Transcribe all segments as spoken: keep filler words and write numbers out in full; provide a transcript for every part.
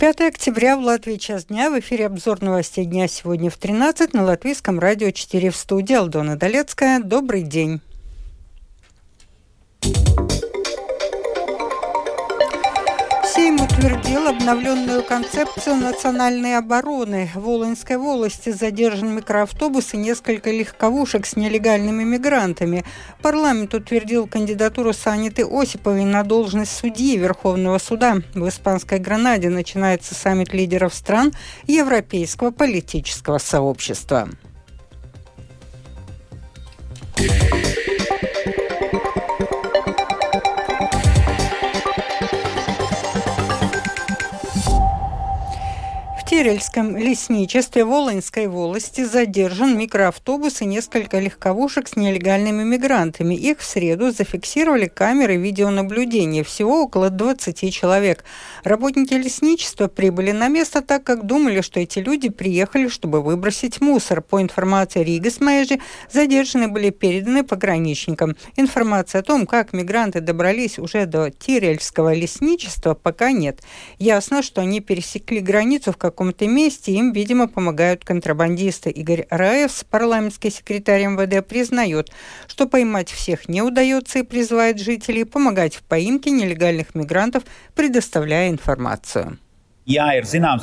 пятое октября, в Латвии час дня. В эфире обзор новостей дня сегодня в тринадцать на Латвийском радио четыре. В студии Алдона Долецкая. Добрый день. Сейм утвердил обновленную концепцию национальной обороны. В Волынской волости задержан микроавтобус и несколько легковушек с нелегальными мигрантами. Парламент утвердил кандидатуру Саниты Осиповой на должность судьи Верховного суда. В испанской Гранаде начинается саммит лидеров стран Европейского политического сообщества. В Терельском лесничестве Волынской волости задержан микроавтобус и несколько легковушек с нелегальными мигрантами. Их в среду зафиксировали камеры видеонаблюдения. Всего около двадцати человек. Работники лесничества прибыли на место, так как думали, что эти люди приехали, чтобы выбросить мусор. По информации Риgas Mēži, задержанные были переданы пограничникам. Информации о том, как мигранты добрались уже до Терельского лесничества, пока нет. Ясно, что они пересекли границу в каком В каком-то месте, им, видимо, помогают контрабандисты. Игорь Раев, парламентский секретарь эм вэ дэ, признает, что поймать всех не удается и призывает жителей помогать в поимке нелегальных мигрантов, предоставляя информацию. Да,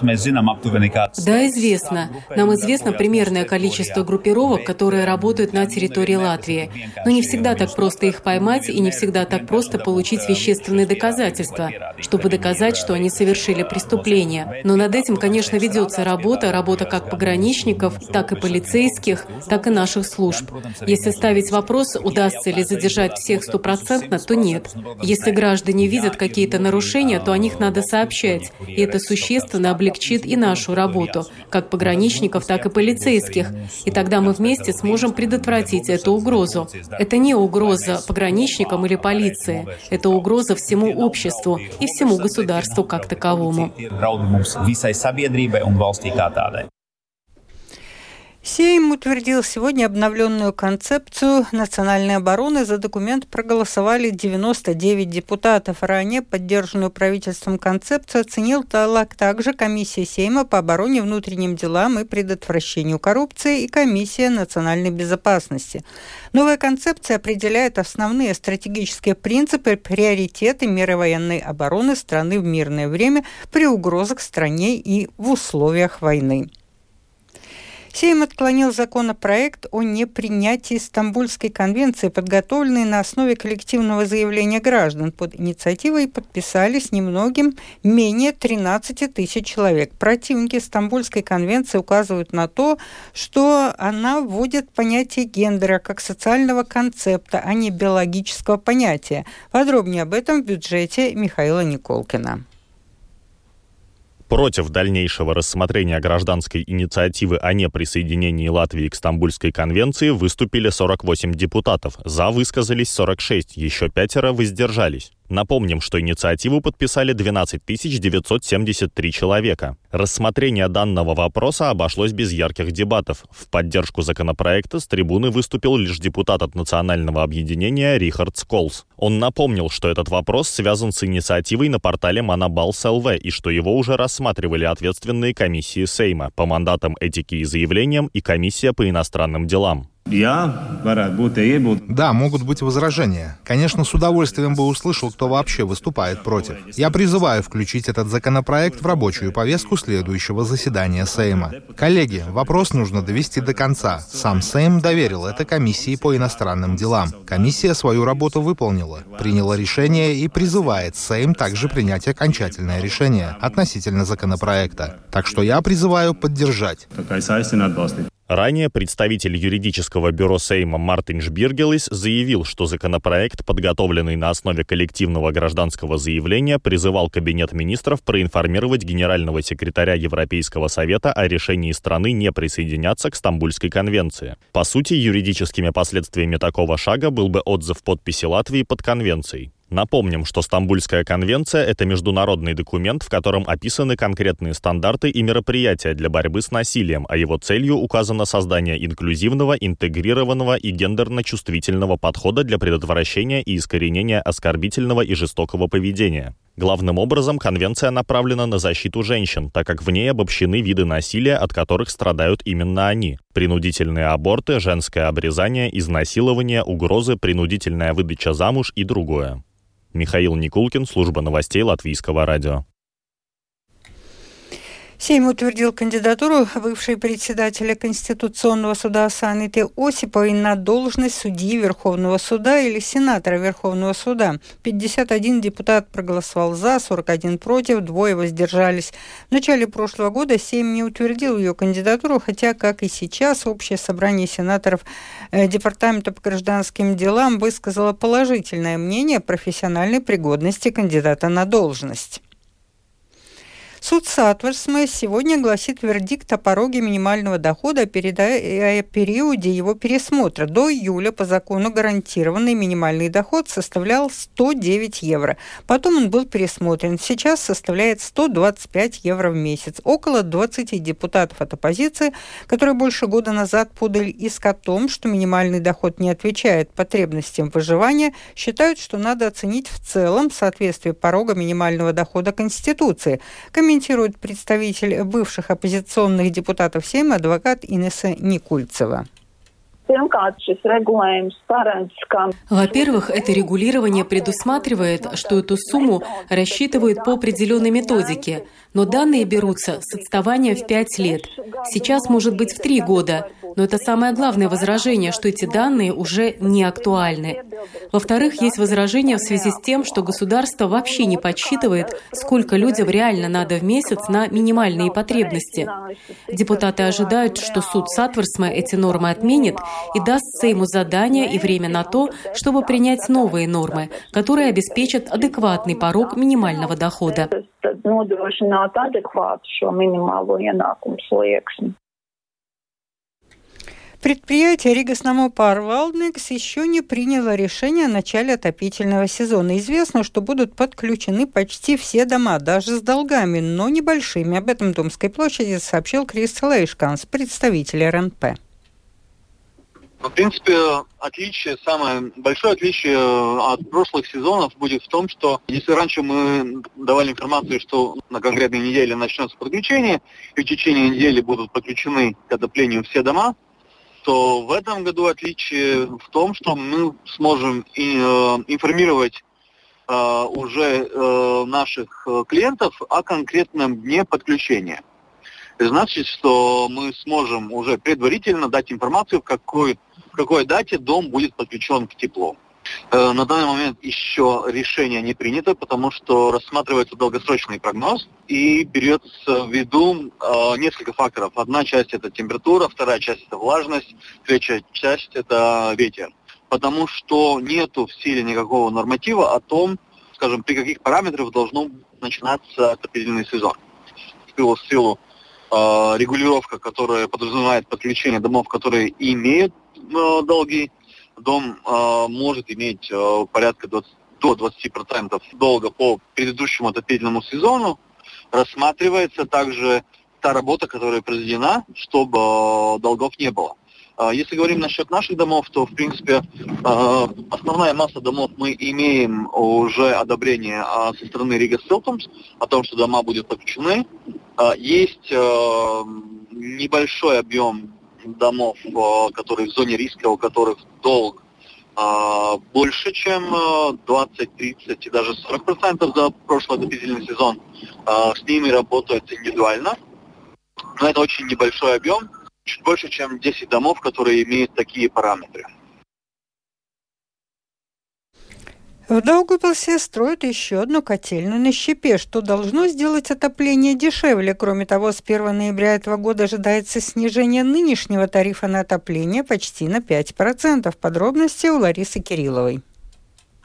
известно. Нам известно примерное количество группировок, которые работают на территории Латвии. Но не всегда так просто их поймать и не всегда так просто получить вещественные доказательства, чтобы доказать, что они совершили преступление. Но над этим, конечно, ведется работа, работа как пограничников, так и полицейских, так и наших служб. Если ставить вопрос, удастся ли задержать всех стопроцентно, то нет. Если граждане видят какие-то нарушения, то о них надо сообщать, и это существенно облегчит и нашу работу, как пограничников, так и полицейских. И тогда мы вместе сможем предотвратить эту угрозу. Это не угроза пограничникам или полиции. Это угроза всему обществу и всему государству как таковому. Сейм утвердил сегодня обновленную концепцию национальной обороны. За документ проголосовали девяносто девять депутатов. Ранее поддержанную правительством концепцию оценил также комиссия Сейма по обороне, внутренним делам и предотвращению коррупции и комиссия национальной безопасности. Новая концепция определяет основные стратегические принципы, приоритеты меры военной обороны страны в мирное время при угрозах стране и в условиях войны. Сейм отклонил законопроект о непринятии Стамбульской конвенции, подготовленный на основе коллективного заявления граждан. Под инициативой подписались немногим менее тринадцати тысяч человек. Противники Стамбульской конвенции указывают на то, что она вводит понятие гендера как социального концепта, а не биологического понятия. Подробнее об этом в бюджете Михаила Николкина. Против дальнейшего рассмотрения гражданской инициативы о неприсоединении Латвии к Стамбульской конвенции выступили сорок восемь депутатов. За высказались сорок шесть, еще пятеро воздержались. Напомним, что инициативу подписали двенадцать тысяч девятьсот семьдесят три человека. Рассмотрение данного вопроса обошлось без ярких дебатов. В поддержку законопроекта с трибуны выступил лишь депутат от национального объединения Рихард Сколс. Он напомнил, что этот вопрос связан с инициативой на портале Манабалс точка эл ви и что его уже рассматривали ответственные комиссии Сейма по мандатам этики и заявлениям и комиссия по иностранным делам. Да, могут быть возражения. Конечно, с удовольствием бы услышал, кто вообще выступает против. Я призываю включить этот законопроект в рабочую повестку следующего заседания Сейма. Коллеги, вопрос нужно довести до конца. Сам Сейм доверил это комиссии по иностранным делам. Комиссия свою работу выполнила, приняла решение и призывает Сейм также принять окончательное решение относительно законопроекта. Так что я призываю поддержать. Ранее представитель юридического бюро Сейма Мартинš Биргелис заявил, что законопроект, подготовленный на основе коллективного гражданского заявления, призывал Кабинет министров проинформировать генерального секретаря Европейского совета о решении страны не присоединяться к Стамбульской конвенции. По сути, юридическими последствиями такого шага был бы отзыв подписи Латвии под конвенцией. Напомним, что Стамбульская конвенция – это международный документ, в котором описаны конкретные стандарты и мероприятия для борьбы с насилием, а его целью указано создание инклюзивного, интегрированного и гендерно-чувствительного подхода для предотвращения и искоренения оскорбительного и жестокого поведения. Главным образом, конвенция направлена на защиту женщин, так как в ней обобщены виды насилия, от которых страдают именно они. Принудительные аборты, женское обрезание, изнасилование, угрозы, принудительная выдача замуж и другое. Михаил Никулкин, служба новостей Латвийского радио. Сейм утвердил кандидатуру бывшей председателя Конституционного суда Саниты Осиповой на должность судьи Верховного суда или сенатора Верховного суда. пятьдесят один депутат проголосовал за, сорок один против, двое воздержались. В начале прошлого года Сейм не утвердил ее кандидатуру, хотя, как и сейчас, Общее собрание сенаторов э, Департамента по гражданским делам высказало положительное мнение о профессиональной пригодности кандидата на должность. Суд Сатверсме сегодня гласит вердикт о пороге минимального дохода, передая о периоде его пересмотра. До июля по закону гарантированный минимальный доход составлял сто девять евро. Потом он был пересмотрен. Сейчас составляет сто двадцать пять евро в месяц. Около двадцати депутатов от оппозиции, которые больше года назад подали иск о том, что минимальный доход не отвечает потребностям выживания, считают, что надо оценить в целом соответствие порога минимального дохода Конституции. Комментирует представитель бывших оппозиционных депутатов Сейма адвокат Инесса Никульцева. Во-первых, это регулирование предусматривает, что эту сумму рассчитывают по определенной методике, но данные берутся с отставания в пять лет. Сейчас может быть в три года, но это самое главное возражение, что эти данные уже не актуальны. Во-вторых, есть возражение в связи с тем, что государство вообще не подсчитывает, сколько людям реально надо в месяц на минимальные потребности. Депутаты ожидают, что суд Сатверсме эти нормы отменит и даст Сейму задание и время на то, чтобы принять новые нормы, которые обеспечат адекватный порог минимального дохода. Предприятие Риgas Namo Pārvaldnieks еще не приняло решение о начале отопительного сезона. Известно, что будут подключены почти все дома, даже с долгами, но небольшими. Об этом Домской площади сообщил Крис Лейшканс, представитель эр эн пэ. В принципе, отличие, самое большое отличие от прошлых сезонов будет в том, что если раньше мы давали информацию, что на конкретной неделе начнется подключение, и в течение недели будут подключены к отоплению все дома, то в этом году отличие в том, что мы сможем информировать уже наших клиентов о конкретном дне подключения. Это значит, что мы сможем уже предварительно дать информацию, в какой, в какой дате дом будет подключен к теплу. Э, на данный момент еще решение не принято, потому что рассматривается долгосрочный прогноз и берется в виду э, несколько факторов. Одна часть – это температура, вторая часть – это влажность, третья часть – это ветер. Потому что нету в силе никакого норматива о том, скажем, при каких параметрах должно начинаться отопительный сезон. В силу регулировка, которая подразумевает подключение домов, которые имеют э, долги. Дом э, может иметь э, порядка двадцати, до двадцати процентов долга по предыдущему отопительному сезону. Рассматривается также та работа, которая произведена, чтобы э, долгов не было. Э, если говорим насчет наших домов, то, в принципе, э, основная масса домов мы имеем уже одобрение э, со стороны Rigas Siltums о том, что дома будут подключены. Есть э, небольшой объем домов, э, которые в зоне риска, у которых долг э, больше, чем двадцать, тридцать и даже сорок процентов за прошлый отопительный сезон. Э, с ними работают индивидуально. Но это очень небольшой объем, чуть больше, чем десять домов, которые имеют такие параметры. В Даугавпилсе строят еще одну котельную на щепе, что должно сделать отопление дешевле. Кроме того, с первого ноября этого года ожидается снижение нынешнего тарифа на отопление почти на пять процентов. Подробности у Ларисы Кирилловой.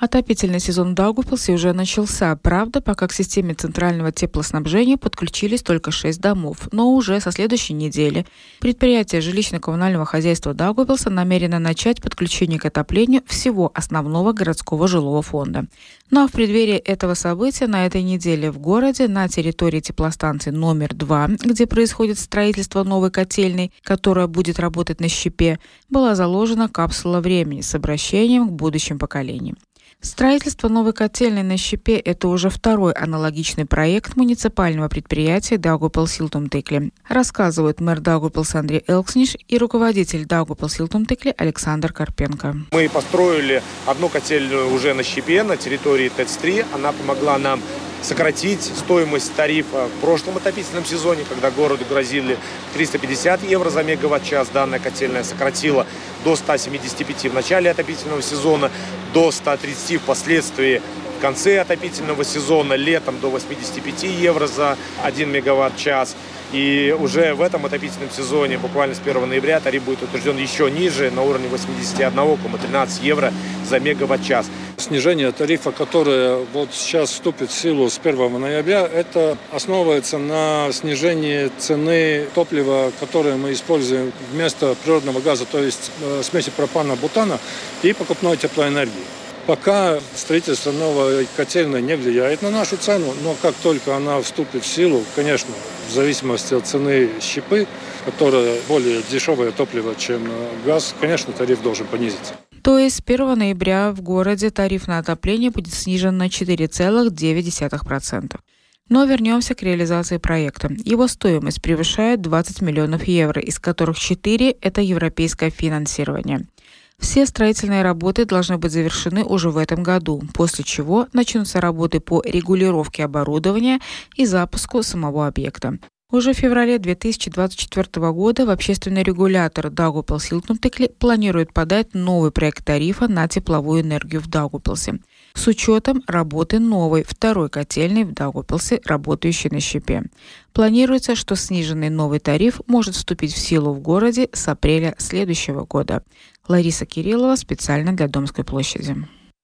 Отопительный сезон в Даугавпилсе уже начался. Правда, пока к системе центрального теплоснабжения подключились только шесть домов. Но уже со следующей недели предприятие жилищно-коммунального хозяйства Даугавпилса намерено начать подключение к отоплению всего основного городского жилого фонда. Ну а в преддверии этого события на этой неделе в городе на территории теплостанции номер два, где происходит строительство новой котельной, которая будет работать на щепе, была заложена капсула времени с обращением к будущим поколениям. Строительство новой котельной на щепе – это уже второй аналогичный проект муниципального предприятия Даугавпилс-Силтумтекли, рассказывает мэр Даугавпилса Андрей Элксниш и руководитель Даугавпилс-Силтумтекли Александр Карпенко. Мы построили одну котельную уже на щепе на территории ТЭЦ три. Она помогла нам сократить стоимость тарифа в прошлом отопительном сезоне, когда городу грозили триста пятьдесят евро за мегаватт-час. Данная котельная сократила до ста семидесяти пяти в начале отопительного сезона, до ста тридцати впоследствии в конце отопительного сезона, летом до восьмидесяти пяти евро за один мегаватт-час. И уже в этом отопительном сезоне, буквально с первого ноября, тариф будет утвержден еще ниже, на уровне восемьдесят один целых тринадцать евро за мегаватт-час. Снижение тарифа, которое вот сейчас вступит в силу с первого ноября, это основывается на снижении цены топлива, которое мы используем вместо природного газа, то есть смеси пропана-бутана и покупной теплоэнергии. Пока строительство новой котельной не влияет на нашу цену, но как только она вступит в силу, конечно, в зависимости от цены щепы, которая более дешевое топливо, чем газ, конечно, тариф должен понизиться. То есть с первого ноября в городе тариф на отопление будет снижен на четыре целых девять десятых процента. Но вернемся к реализации проекта. Его стоимость превышает двадцать миллионов евро, из которых четыре – это европейское финансирование. Все строительные работы должны быть завершены уже в этом году, после чего начнутся работы по регулировке оборудования и запуску самого объекта. Уже в феврале две тысячи двадцать четвёртого года в общественный регулятор Даугавпилс-Силтумтекли планирует подать новый проект тарифа на тепловую энергию в Даугавпилсе с учетом работы новой второй котельной в Даугавпилсе, работающей на щепе. Планируется, что сниженный новый тариф может вступить в силу в городе с апреля следующего года. Лариса Кириллова специально для Домской площади.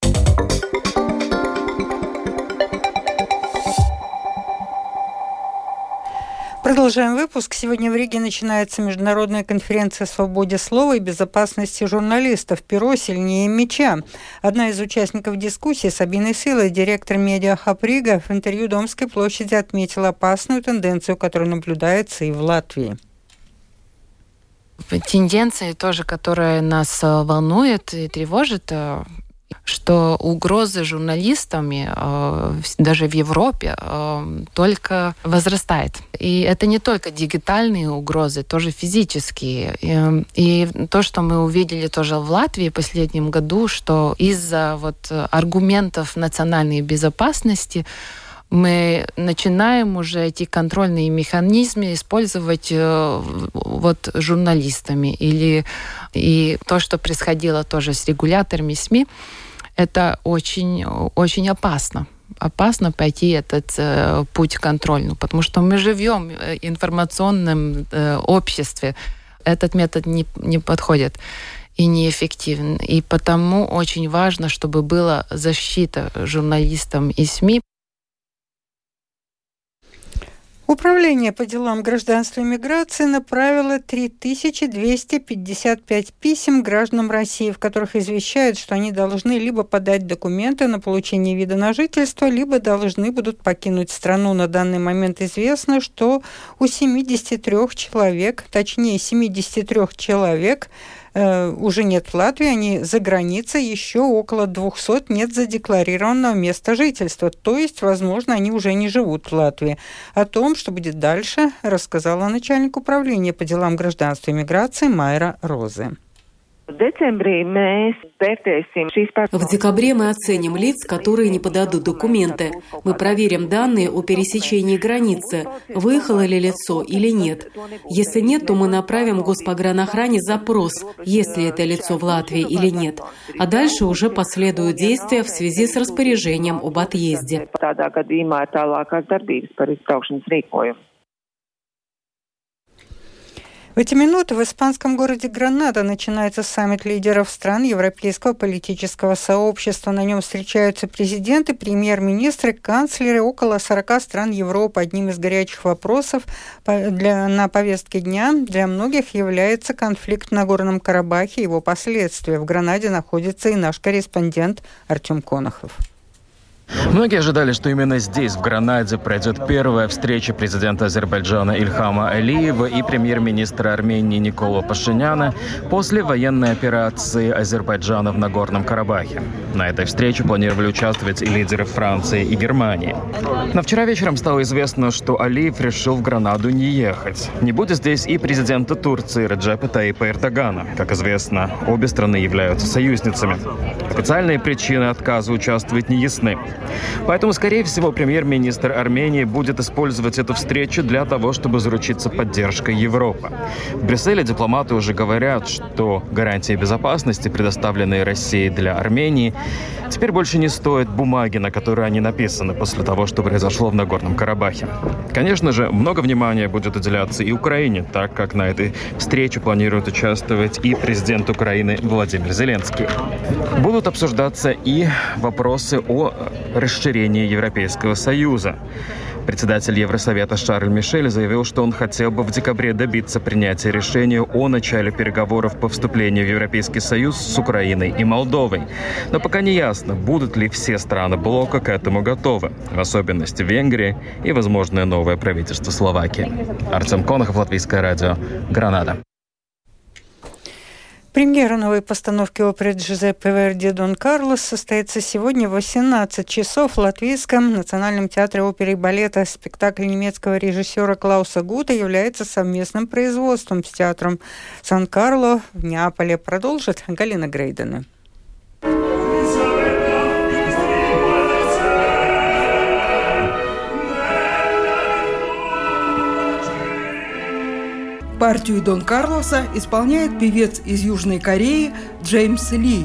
Продолжаем выпуск. Сегодня в Риге начинается международная конференция о свободе слова и безопасности журналистов «Перо сильнее меча». Одна из участников дискуссии, Сабина Сила, директор медиахаб Рига, в интервью Домской площади отметила опасную тенденцию, которая наблюдается и в Латвии. Тенденция тоже, которая нас волнует и тревожит, что угрозы журналистами даже в Европе только возрастает. И это не только дигитальные угрозы, тоже физические. И то, что мы увидели тоже в Латвии в последнем году, что из-за вот аргументов национальной безопасности мы начинаем уже эти контрольные механизмы использовать вот журналистами. Или и то, что происходило тоже с регуляторами СМИ, это очень, очень опасно. Опасно пойти этот э, путь контрольный, потому что мы живем в информационном э, обществе. Этот метод не, не подходит и неэффективен. И потому очень важно, чтобы была защита журналистам и СМИ. Управление по делам гражданства и миграции направило три тысячи двести пятьдесят пять писем гражданам России, в которых извещают, что они должны либо подать документы на получение вида на жительство, либо должны будут покинуть страну. На данный момент известно, что у семидесяти трёх человек, точнее семидесяти трёх человек, Uh, уже нет в Латвии, они за границей, еще около двухсот нет задекларированного места жительства. То есть, возможно, они уже не живут в Латвии. О том, что будет дальше, рассказала начальник управления по делам гражданства и миграции Майра Розе. В декабре мы оценим лиц, которые не подадут документы. Мы проверим данные о пересечении границы, выехало ли лицо или нет. Если нет, то мы направим Госпогранохране запрос, есть ли это лицо в Латвии или нет. А дальше уже последуют действия в связи с распоряжением об отъезде. В эти минуты в испанском городе Гранада начинается саммит лидеров стран Европейского политического сообщества. На нем встречаются президенты, премьер-министры, канцлеры около сорока стран Европы. Одним из горячих вопросов для, на повестке дня для многих является конфликт в Нагорном Карабахе и его последствия. В Гранаде находится и наш корреспондент Артем Конохов. Многие ожидали, что именно здесь, в Гранаде, пройдет первая встреча президента Азербайджана Ильхама Алиева и премьер-министра Армении Никола Пашиняна после военной операции Азербайджана в Нагорном Карабахе. На этой встрече планировали участвовать и лидеры Франции и Германии. Но вчера вечером стало известно, что Алиев решил в Гранаду не ехать. Не будет здесь и президента Турции Реджепа Таипа Эрдогана. Как известно, обе страны являются союзницами. Официальные причины отказа участвовать не ясны. Поэтому, скорее всего, премьер-министр Армении будет использовать эту встречу для того, чтобы заручиться поддержкой Европы. В Брюсселе дипломаты уже говорят, что гарантии безопасности, предоставленные Россией для Армении, теперь больше не стоят бумаги, на которой они написаны после того, что произошло в Нагорном Карабахе. Конечно же, много внимания будет уделяться и Украине, так как на этой встрече планирует участвовать и президент Украины Владимир Зеленский. Будут обсуждаться и вопросы о расширении Европейского Союза. Председатель Евросовета Шарль Мишель заявил, что он хотел бы в декабре добиться принятия решения о начале переговоров по вступлению в Европейский Союз с Украиной и Молдовой. Но пока не ясно, будут ли все страны блока к этому готовы, в особенности Венгрия и, возможно, новое правительство Словакии. Артем Конохов, Латвийское радио, Гранада. Премьера новой постановки оперы Джузеппе Верди «Дон Карлос» состоится сегодня в восемнадцать часов в Латвийском национальном театре оперы и балета. Спектакль немецкого режиссера Клауса Гута является совместным производством с театром Сан-Карло в Неаполе. Продолжит Галина Грейдена. Партию Дон Карлоса исполняет певец из Южной Кореи Джеймс Ли.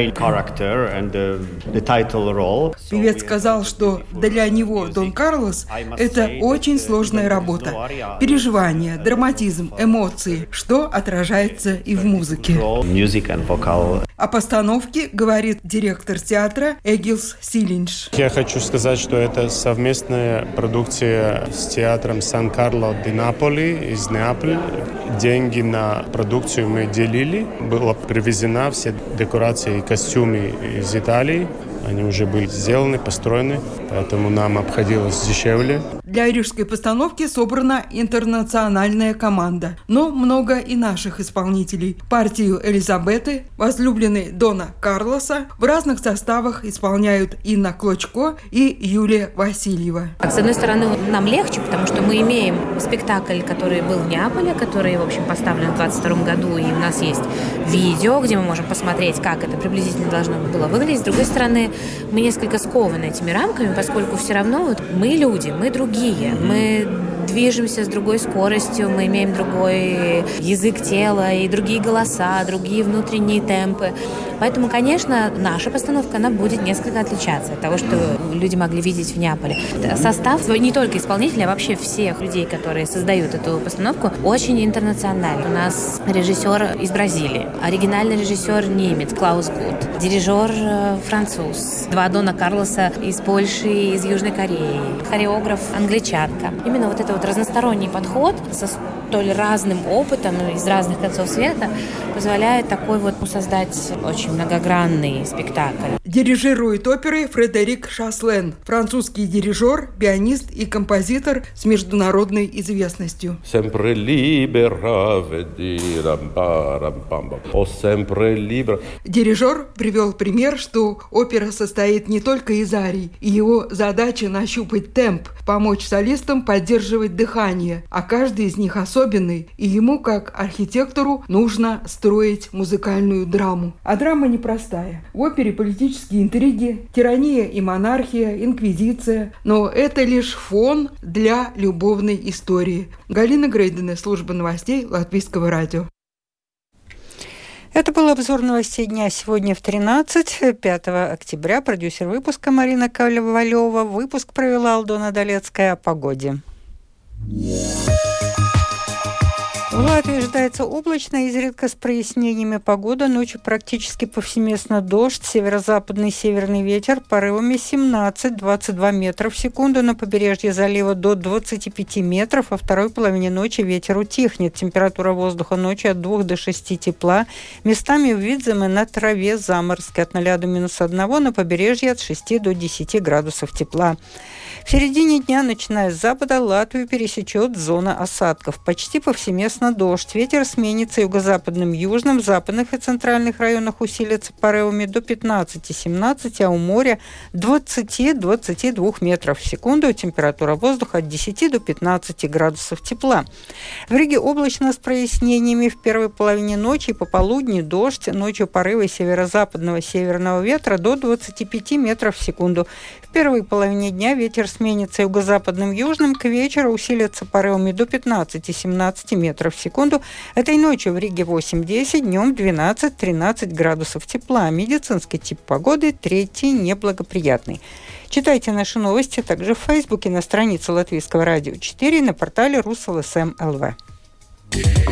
Певец сказал, что для него Дон Карлос – это очень сложная работа. Переживания, драматизм, эмоции, что отражается и в музыке. О постановке говорит директор театра Эгилс Силинш. Я хочу сказать, что это совместная продукция с театром Сан-Карло де Наполи из Неаполя. Деньги на продукцию мы делили. Была привезена все декорации и костюмы из Италии. Они уже были сделаны, построены, поэтому нам обходилось дешевле. Для рижской постановки собрана интернациональная команда, но много и наших исполнителей. Партию Элизабеты, возлюбленной Дона Карлоса, в разных составах исполняют Инна Клочко и Юлия Васильева. С одной стороны, нам легче, потому что мы имеем спектакль, который был в Неаполе, который, в общем, поставлен в двадцать втором году, и у нас есть видео, где мы можем посмотреть, как это приблизительно должно было выглядеть. С другой стороны, мы несколько скованы этими рамками, поскольку все равно вот мы люди, мы другие, мы движемся с другой скоростью, мы имеем другой язык тела и другие голоса, другие внутренние темпы. Поэтому, конечно, наша постановка, она будет несколько отличаться от того, что люди могли видеть в Неаполе. Состав не только исполнителей, а вообще всех людей, которые создают эту постановку, очень интернациональный. У нас режиссер из Бразилии, оригинальный режиссер немец Клаус Гут, дирижер француз, два Дона Карлоса из Польши и из Южной Кореи, хореограф англичанка. Именно вот это вот разносторонний подход со столь разным опытом из разных концов света позволяет такой вот создать очень многогранный спектакль. Дирижирует оперой Фредерик Шаслен, французский дирижер, пианист и композитор с международной известностью. Дирижер привел пример, что опера состоит не только из арий, и его задача нащупать темп, помочь солистам поддерживать дыхание, а каждый из них особенный, и ему, как архитектору, нужно строить музыкальную драму. А драма непростая. В опере политические интриги, тирания и монархия, инквизиция, но это лишь фон для любовной истории. Галина Грейдена, служба новостей Латвийского радио. Это был обзор новостей дня сегодня в тринадцать, пятого октября. Продюсер выпуска Марина Ковалева. Выпуск провела Алдона Долецкая. О погоде. В Латвии ожидается облачно, изредка с прояснениями погода. Ночью практически повсеместно дождь, северо-западный северный ветер порывами семнадцать-двадцать два метра в секунду. На побережье залива до двадцати пяти метров. Во второй половине ночи ветер утихнет. Температура воздуха ночью от двух до шести тепла. Местами в Видземе на траве заморозки от ноля до минус одного. На побережье от шести до десяти градусов тепла. В середине дня, начиная с запада, Латвию пересечет зона осадков. Почти повсеместно дождь. Ветер сменится юго-западным, южным, в западных и центральных районах усилится порывами до пятнадцати-семнадцати, а у моря двадцати-двадцати двух метров в секунду. Температура воздуха от десяти до пятнадцати градусов тепла. В Риге облачно с прояснениями. В первой половине ночи и пополудни дождь. Ночью порывы северо-западного северного ветра до двадцати пяти метров в секунду. В первой половине дня ветер сменится юго-западным, южным. К вечеру усилятся порывами до пятнадцати-семнадцати метров в секунду. Этой ночью в Риге восемь-десять, днем двенадцать-тринадцать градусов тепла. Медицинский тип погоды третий, неблагоприятный. Читайте наши новости также в Фейсбуке, на странице Латвийского радио четыре, на портале Руслсм точка эл ви.